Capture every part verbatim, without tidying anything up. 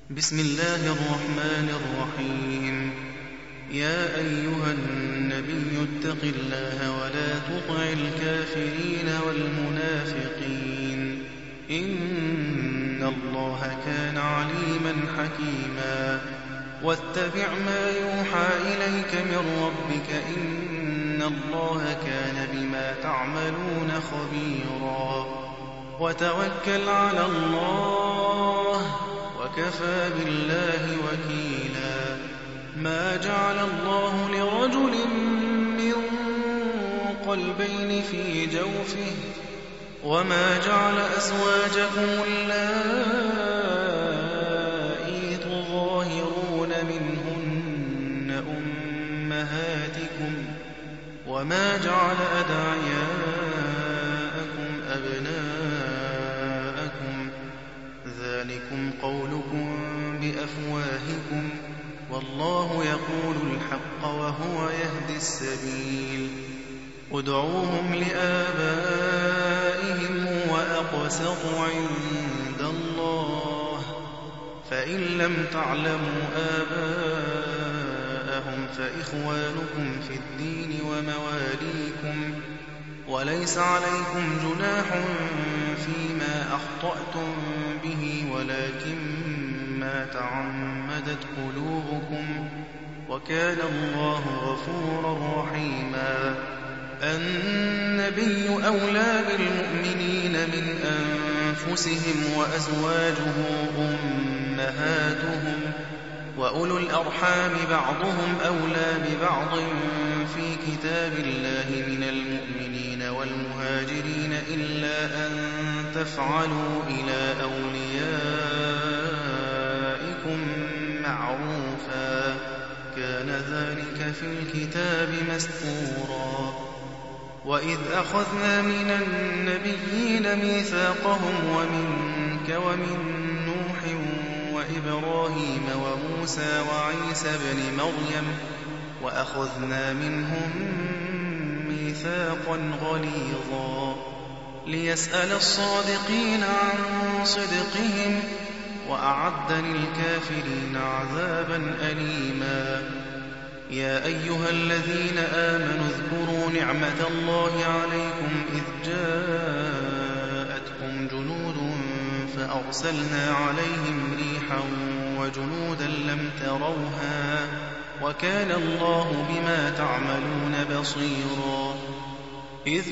بسم الله الرحمن الرحيم. يا أيها النبي اتق الله ولا تطع الكافرين والمنافقين إن الله كان عليما حكيما. واتبع ما يوحى إليك من ربك إن الله كان بما تعملون خبيرا. وتوكل على الله وكفى بالله وكيلا. ما جعل الله لرجل من قلبين في جوفه وما جعل أزواجكم اللائي تظاهرون منهن أمهاتكم وما جعل أدعياءكم أبناءكم ذلكم قولكم بأفواهكم والله يقول الحق وهو يهدي السبيل. ادعوهم لآبائهم وأقسط عند الله فإن لم تعلموا آباءهم فإخوانكم في الدين ومواليكم وليس عليكم جناح فيما أخطأتم به ولكن ما تعمدت قلوبكم وكان الله غفورا رحيما. النبي أولى بالمؤمنين من أنفسهم وأزواجه أمهاتهم وأولو الأرحام بعضهم أولى ببعض في كتاب الله من المؤمنين والمهاجرين إلا أن تفعلوا إلى أوليائكم معروفا كان ذلك في الكتاب مسطورا. وإذ أخذنا من النبيين ميثاقهم ومنك ومن نوح وإبراهيم وموسى وعيسى بن مريم وأخذنا منهم ميثاقا غليظا ليسأل الصادقين عن صدقهم وأعد للكافرين عذابا أليما. يا أيها الذين آمنوا اذكروا نعمة الله عليكم إذ جاءتكم جنود فأرسلنا عليهم ريحا وجنودا لم تروها وكان الله بما تعملون بصيرا. إذ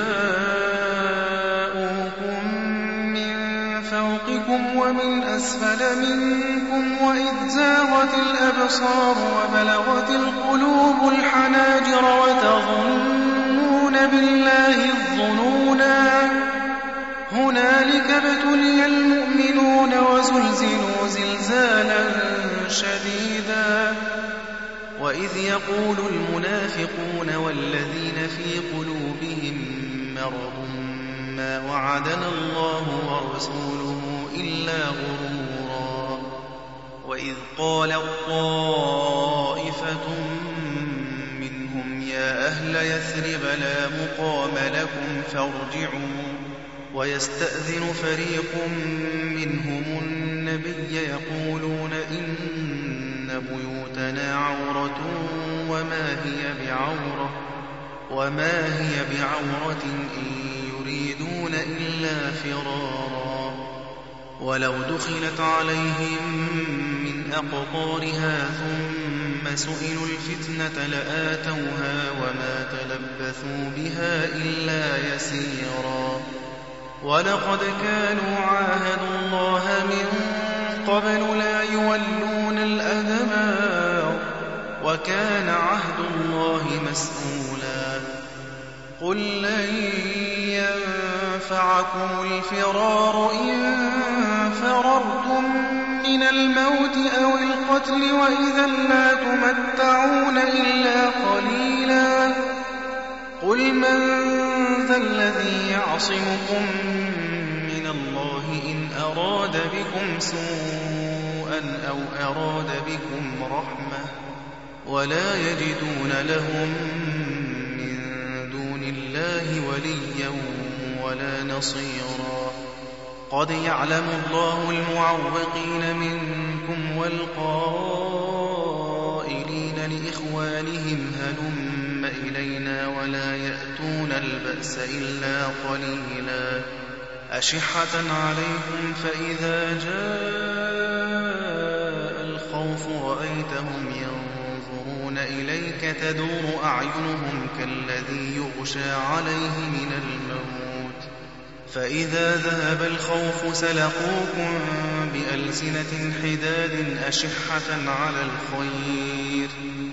جاءوكم من فوقكم ومن أسفل منكم وإذ زاغت الأبصار وبلغت القلوب الحناجر وتظنون بالله الظنونا هنالك ابتلي المؤمنون وزلزلوا زلزالا شديدا. وإذ يقول المنافقون والذين في قلوبهم مرض ما وعدنا الله ورسوله إلا غرورا. وإذ قالت طائفة منهم يا أهل يثرب لا مقام لكم فارجعوا ويستأذن فريق منهم النبي يقولون إن بيوتنا عورة وما هي بعورة وما هي بعورة إن يريدون إلا فرارا. ولو دخلت عليهم من أقطارها ثم سئلوا الفتنة لآتوها وما تلبثوا بها إلا يسيرا. ولقد كانوا عاهدوا الله من قبل لا يولون الأدبار وكان عهد الله مسؤولا. قل لن ينفعكم الفرار إن فررتم من الموت أو القتل وإذا لا تمتعون إلا قليلا. قل من ذا الذي يعصمكم من الله إن أراد بكم سوءا أو أراد بكم رحمة ولا يجدون لهم من دون الله وليا ولا نصيرا. قد يعلم الله المعوقين منكم ولا يأتون البأس إلا قليلا أشحة عليكم فإذا جاء الخوف رأيتهم ينظرون إليك تدور أعينهم كالذي يغشى عليه من الموت فإذا ذهب الخوف سلقوكم بألسنة حداد أشحة على الخير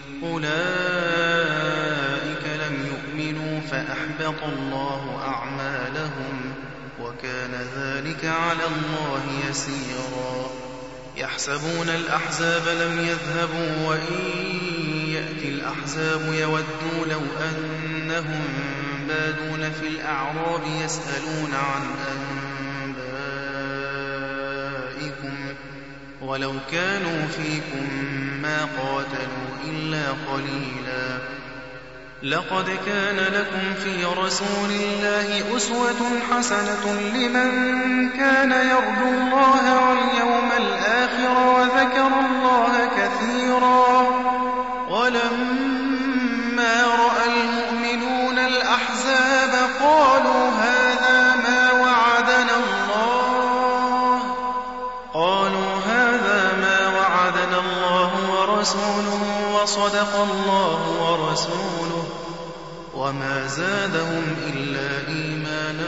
أولئك لم يؤمنوا فأحبط الله أعمالهم وكان ذلك على الله يسيرا يحسبون الأحزاب لم يذهبوا وإن يأتي الأحزاب يودوا لو أنهم بادون في الأعراب يسألون عن أنبائكم ولو كانوا فيكم ما قاتلوا إلا قليلا لقد كان لكم في رسول الله أسوة حسنة لمن كان يرجو الله واليوم الآخر وذكر الله كثيرا ولما رأى المؤمنون الأحزاب قالوا هذا ما وعدنا الله قالوا هذا ما وعدنا الله ورسوله وصدق الله ورسوله وما زادهم إلا إيمانا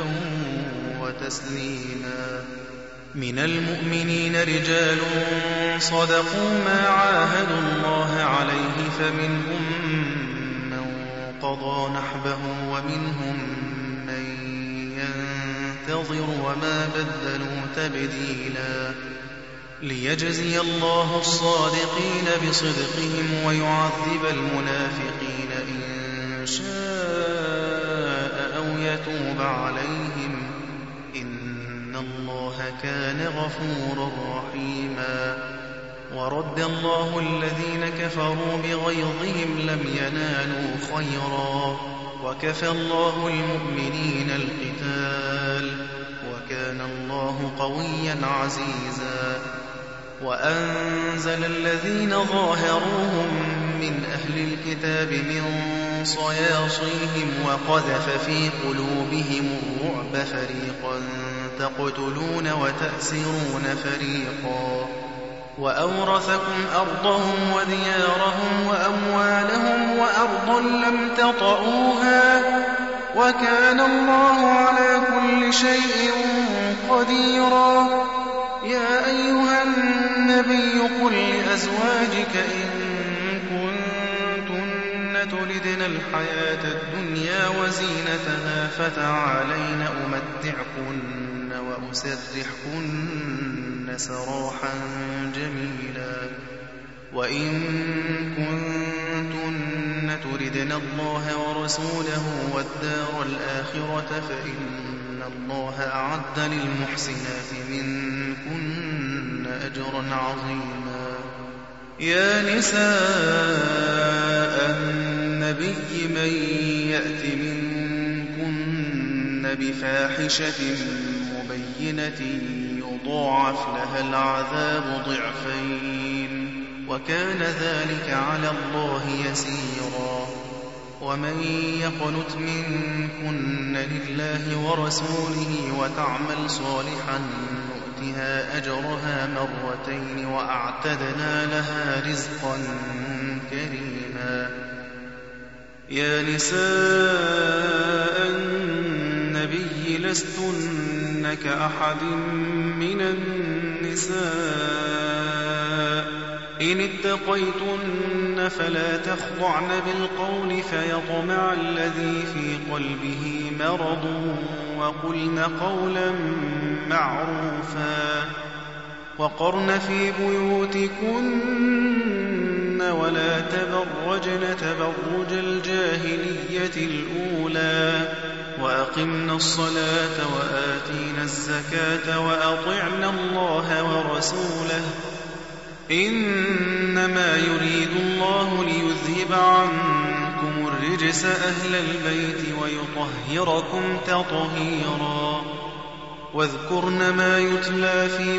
وتسليما من المؤمنين رجال صدقوا ما عاهدوا الله عليه فمنهم من قضى نحبه ومنهم من ينتظر وما بدلوا تبديلا ليجزي الله الصادقين بصدقهم ويعذب المنافقين إن شاء أو يتوب عليهم إن الله كان غفورا رحيما ورد الله الذين كفروا بغيظهم لم ينالوا خيرا وكفى الله المؤمنين القتال وكان الله قويا عزيزا وأنزل الذين ظاهروهم من أهل الكتاب من صياصيهم وقذف في قلوبهم الرعب فريقا تقتلون وتأسرون فريقا وأورثكم أرضهم وديارهم وأموالهم وأرضا لم تطئوها وكان الله على كل شيء قديرا يا أيها النبي قل لأزواجك إن كنتن تردن الحياة الدنيا وزينتها فتعالين أمتعكن وأسرحكن سراحا جميلا وإن كنتن تردن الله ورسوله والدار الآخرة فإن الله أعد للمحسنات منكن أجرا عظيما يا نساء النبي من يأت منكن بفاحشة مبينة يضاعف لها العذاب ضعفين وكان ذلك على الله يسيرا ومن يقنت منكن لله ورسوله وتعمل صالحا نؤتها أجرها مرتين وأعتدنا لها رزقا كريما يا نساء النبي لستن كأحد من النساء إن اتقيتن فلا تخضعن بالقول فيطمع الذي في قلبه مرض وقلن قولا معروفا وقرن في بيوتكن ولا تبرجن تبرج الجاهلية الأولى وأقمنا الصلاة وآتينا الزكاة وأطعنا الله ورسوله إنما يريد الله ليذهب عنكم الرجس أهل البيت ويطهركم تطهيرا واذكرن ما يتلى في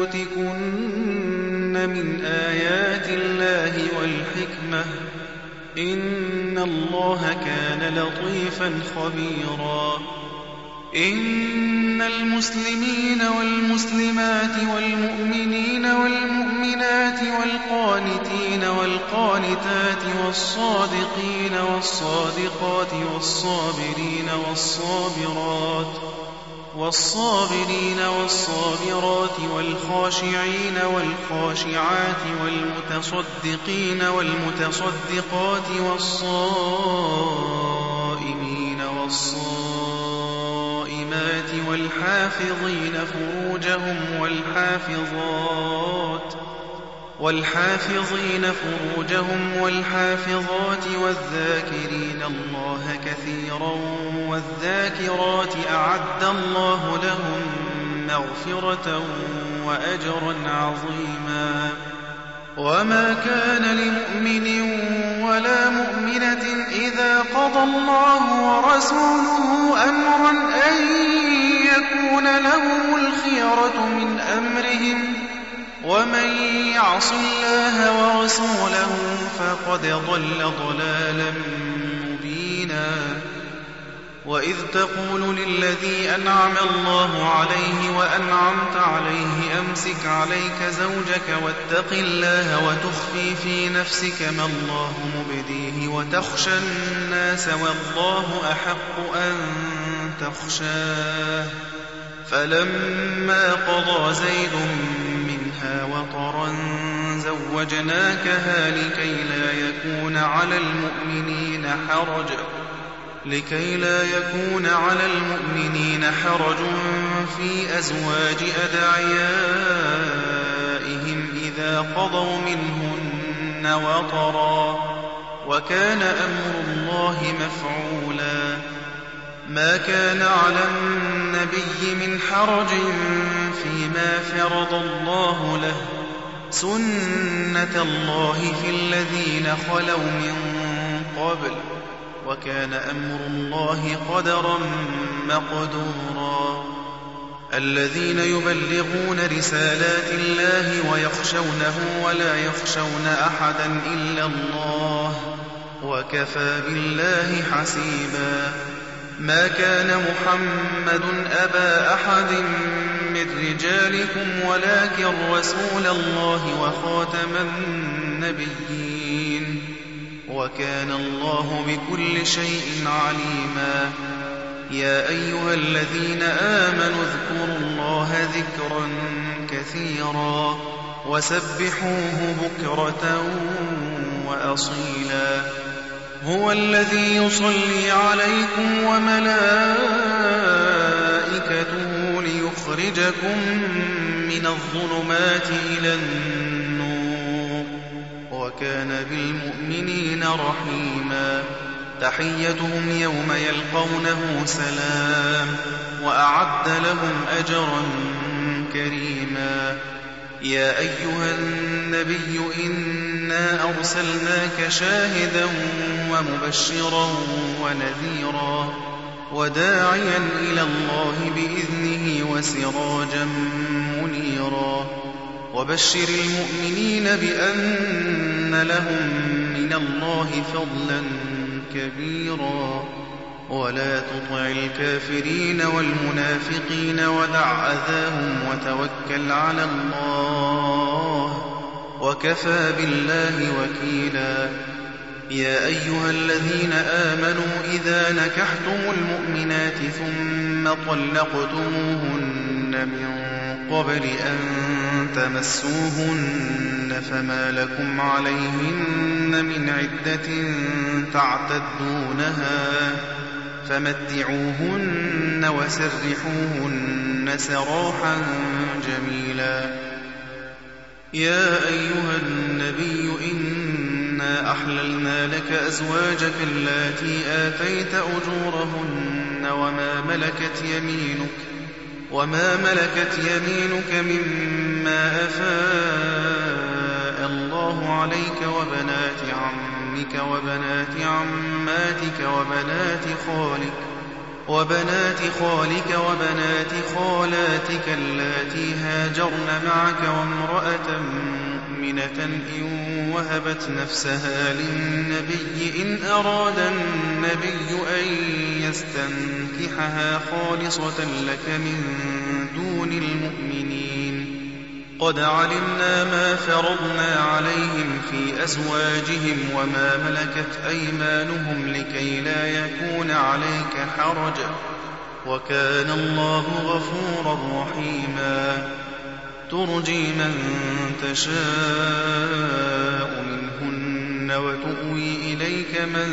بيوتكن من آيات الله والحكمة إن الله كان لطيفا خبيرا إن المسلمين والمسلمات والمؤمنين والمؤمنات والقانتين والقانتات والصادقين والصادقات والصابرين والصابرات والصابرين والصابرات والخاشعين والخاشعات والمتصدقين والمتصدقات والصائمين والصائمات والحافظين فروجهم والحافظات والحافظين فروجهم والحافظات والذاكرين الله كثيرا والذاكرات أعد الله لهم مغفرة وأجرا عظيما وما كان لمؤمن ولا مؤمنة إذا قضى الله ورسوله أمرا أن يكون لهم الخيرة من أمرهم ومن يعص الله ورسوله فقد ضل ضلالا مبينا وإذ تقول للذي أنعم الله عليه وأنعمت عليه أمسك عليك زوجك واتق الله وتخفي في نفسك ما الله مبديه وتخشى الناس والله أحق أن تخشاه فلما قضى زيد منها وطرا زوجناكها لكي لا يكون على المؤمنين حرج لكي لا يكون على المؤمنين حرج في أزواج أدعيائهم إذا قضوا منهن وطرا وكان أمر الله مفعولا ما كان على النبي من حرج فيما فرض الله له سنة الله في الذين خلوا من قبل وكان أمر الله قدرا مقدورا الذين يبلغون رسالات الله ويخشونه ولا يخشون أحدا إلا الله وكفى بالله حسيبا ما كان محمد أبا أحد من رجالكم ولكن رسول الله وخاتم النبيين وكان الله بكل شيء عليما يا أيها الذين آمنوا اذكروا الله ذكرا كثيرا وسبحوه بكرة وأصيلا هو الذي يصلي عليكم وملائكته ليخرجكم من الظلمات إلى النور وكان بالمؤمنين رحيما تحيتهم يوم يلقونه سلام وأعد لهم أجرا كريما يا أيها النبي إنا أرسلناك شاهدا ومبشرا ونذيرا وداعيا إلى الله بإذنه وسراجا منيرا وبشر المؤمنين بأن لهم من الله فضلا كبيرا ولا تطع الكافرين والمنافقين ودع أذاهم وتوكل على الله وكفى بالله وكيلا يا أيها الذين آمنوا إذا نكحتم المؤمنات ثم طلقتموهن من قبل أن تمسوهن فما لكم عليهن من عدة تعتدونها فمتعوهن وسرحوهن سراحا جميلا يا أيها النبي إنا أحللنا لك أزواجك اللاتي آتيت أجورهن وما ملكت يمينك وما ملكت يمينك مما أفاء الله عليك وبنات عمك وبنات عماتك وبنات خالك وبنات خالك وبنات خالاتك اللاتي هاجرن معك وامرأة مؤمنة إن وهبت نفسها للنبي إن أراد النبي أن يستنكحها خالصة لك من دون المؤمنين. قد علمنا ما فرضنا عليهم في أزواجهم وما ملكت أيمانهم لكي لا يكون عليك حرج، وكان الله غفورا رحيما. ترجي من تشاء منهن وتؤوي إليك من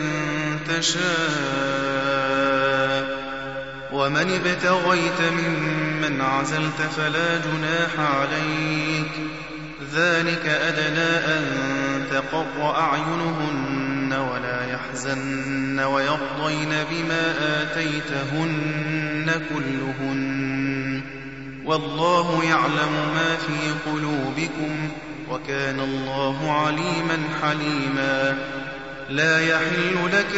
تشاء، ومن ابتغيت ممن عزلت فلا جناح عليك، ذلك أدنى أن تقر أعينهن ولا يحزن ويرضين بما آتيتهن كلهن، والله يعلم ما في قلوبكم وكان الله عليما حليما. لا يحل لك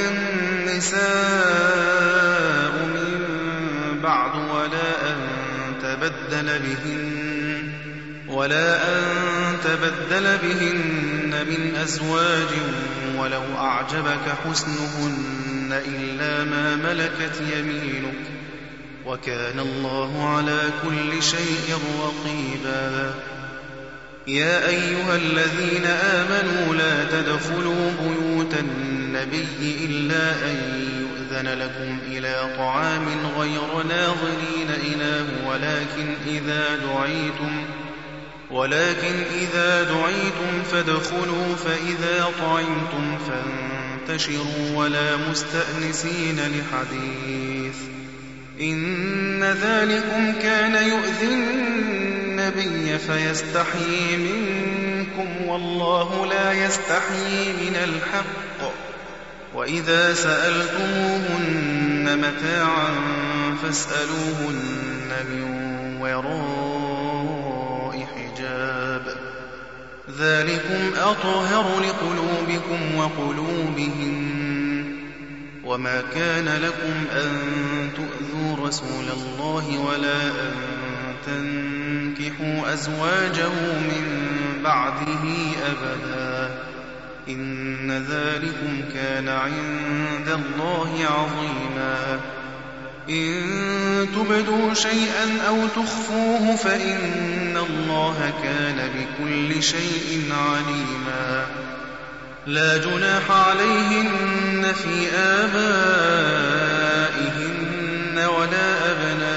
النساء من بعد ولا أن تبدل بهن ولا أن تبدل بهن من أزواج ولو أعجبك حسنهن إلا ما ملكت يمينك، وكان الله على كل شيء رقيبا. يا أيها الذين آمنوا لا تدخلوا بيوت النبي إلا أن يؤذن لكم إلى طعام غير ناظرين إناه ولكن إذا دعيتم ولكن إذا دعيتم فادخلوا فإذا طعمتم فانتشروا ولا مستأنسين لحديث، إن ذلكم كان يؤذي النبي فيستحيي منكم والله لا يستحيي من الحق. وإذا سألتموهن متاعا فاسألوهن من وراء حجاب، ذلكم أطهر لقلوبكم وقلوبهن. وما كان لكم أن تؤذوا رسول الله ولا أن تنكحوا أزواجه من بعده أبدا، إن ذلكم كان عند الله عظيما. إن تبدوا شيئا أو تخفوه فإن الله كان بكل شيء عليما. لا جناح عليهن في آبائهن ولا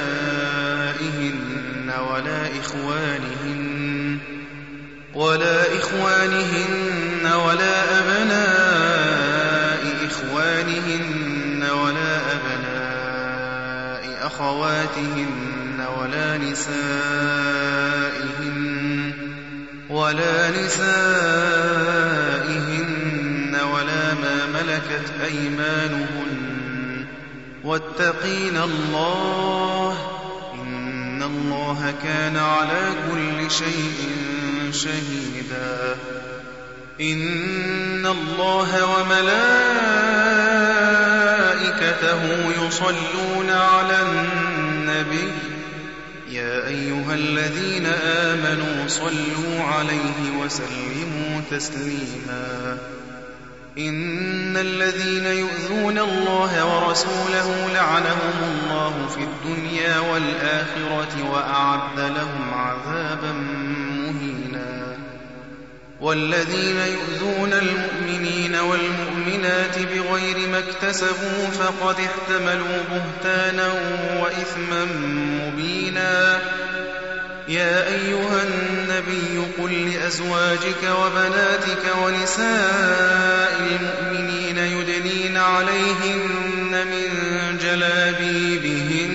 أبنائهن ولا إخوانهن ولا إخوانهن ولا أبناء إخوانهن ولا أبناء أخواتهن ولا نسائهن ولا نسائهن ولا ما ملكت أيمانهن، واتقين الله إن الله كان على كل شيء شهيدا. إن الله وملائكته يصلون على النبي يا أيها الذين آمنوا صلوا عليه وسلموا تسليما. إن الذين يؤذون الله ورسوله لعنهم الله في الدنيا والآخرة وأعد لهم عذابا مهينا. والذين يؤذون المؤمنين والمؤمنات بغير ما اكتسبوا فقد احتملوا بهتانا وإثما مبينا. يا أيها النبي قل لأزواجك وبناتك ونساء المؤمنين يدنين عليهن من جلابيبهن،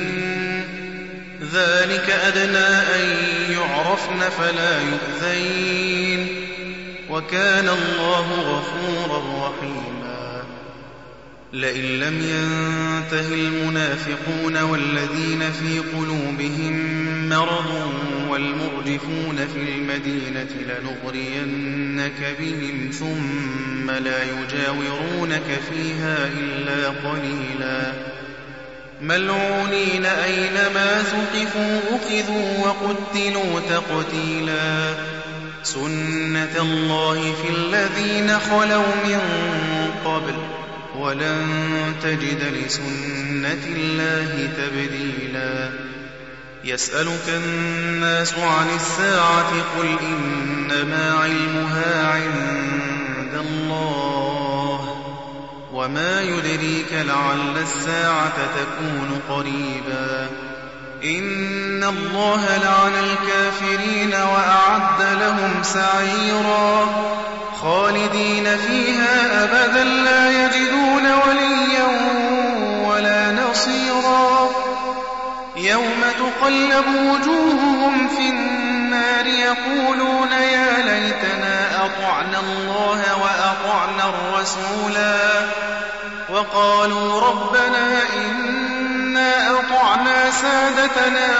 ذلك أدنى أن يعرفن فلا يؤذين، وكان الله غفورا رحيما. لئن لم ينته المنافقون والذين في قلوبهم مرض والمرجفون في المدينة لنغرينك بهم ثم لا يجاورونك فيها إلا قليلا، ملعونين أينما ثقفوا أخذوا وقتلوا تقتيلا سنة الله في الذين خلوا من قبل ولن تجد لسنة الله تبديلا يسألك الناس عن الساعة قل إنما علمها عند الله وما يدريك لعل الساعة تكون قريبا إن الله لعن الكافرين وأعد لهم سعيرا خالدين فيها أبدا لا يجدون وليا ولا نصيرا يوم تقلب وجوههم في النار يقولون يا ليتنا أطعنا الله وأطعنا الرسولا وقالوا ربنا إنا أطعنا سادتنا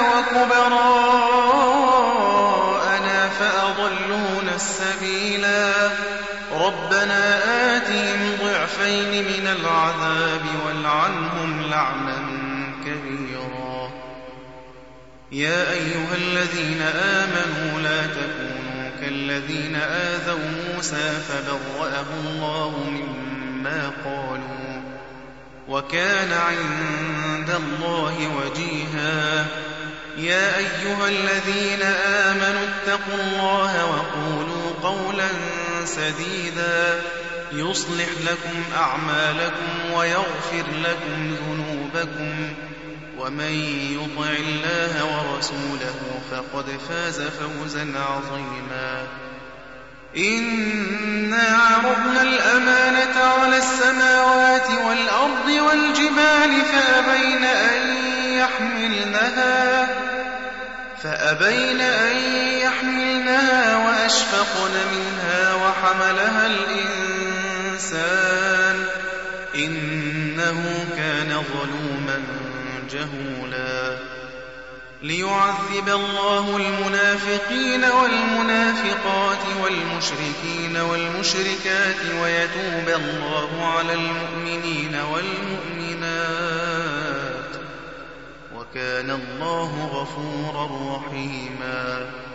وكبراءنا فأضلونا السبيلا ربنا آتهم ضعفين من العذاب والعنهم لعنا كبيرا يا أيها الذين آمنوا لا تكونوا كالذين آذوا موسى فبرأه الله مما قالوا وكان عند الله وجيها يا أيها الذين آمنوا اتقوا الله وقولوا قولا سديدا يصلح لكم أعمالكم ويغفر لكم ذنوبكم ومن يطع الله ورسوله فقد فاز فوزا عظيما إنا عرضنا الأمانة على السماوات والأرض والجبال فأبين أن يحملنها فأبين أن يحملنها وأشفقن منها وحملها الإنسان إنه كان ظلوما جهولا ليعذب الله المنافقين والمنافقات والمشركين والمشركات ويتوب الله على المؤمنين والمؤمنات وكان الله غفورا رحيما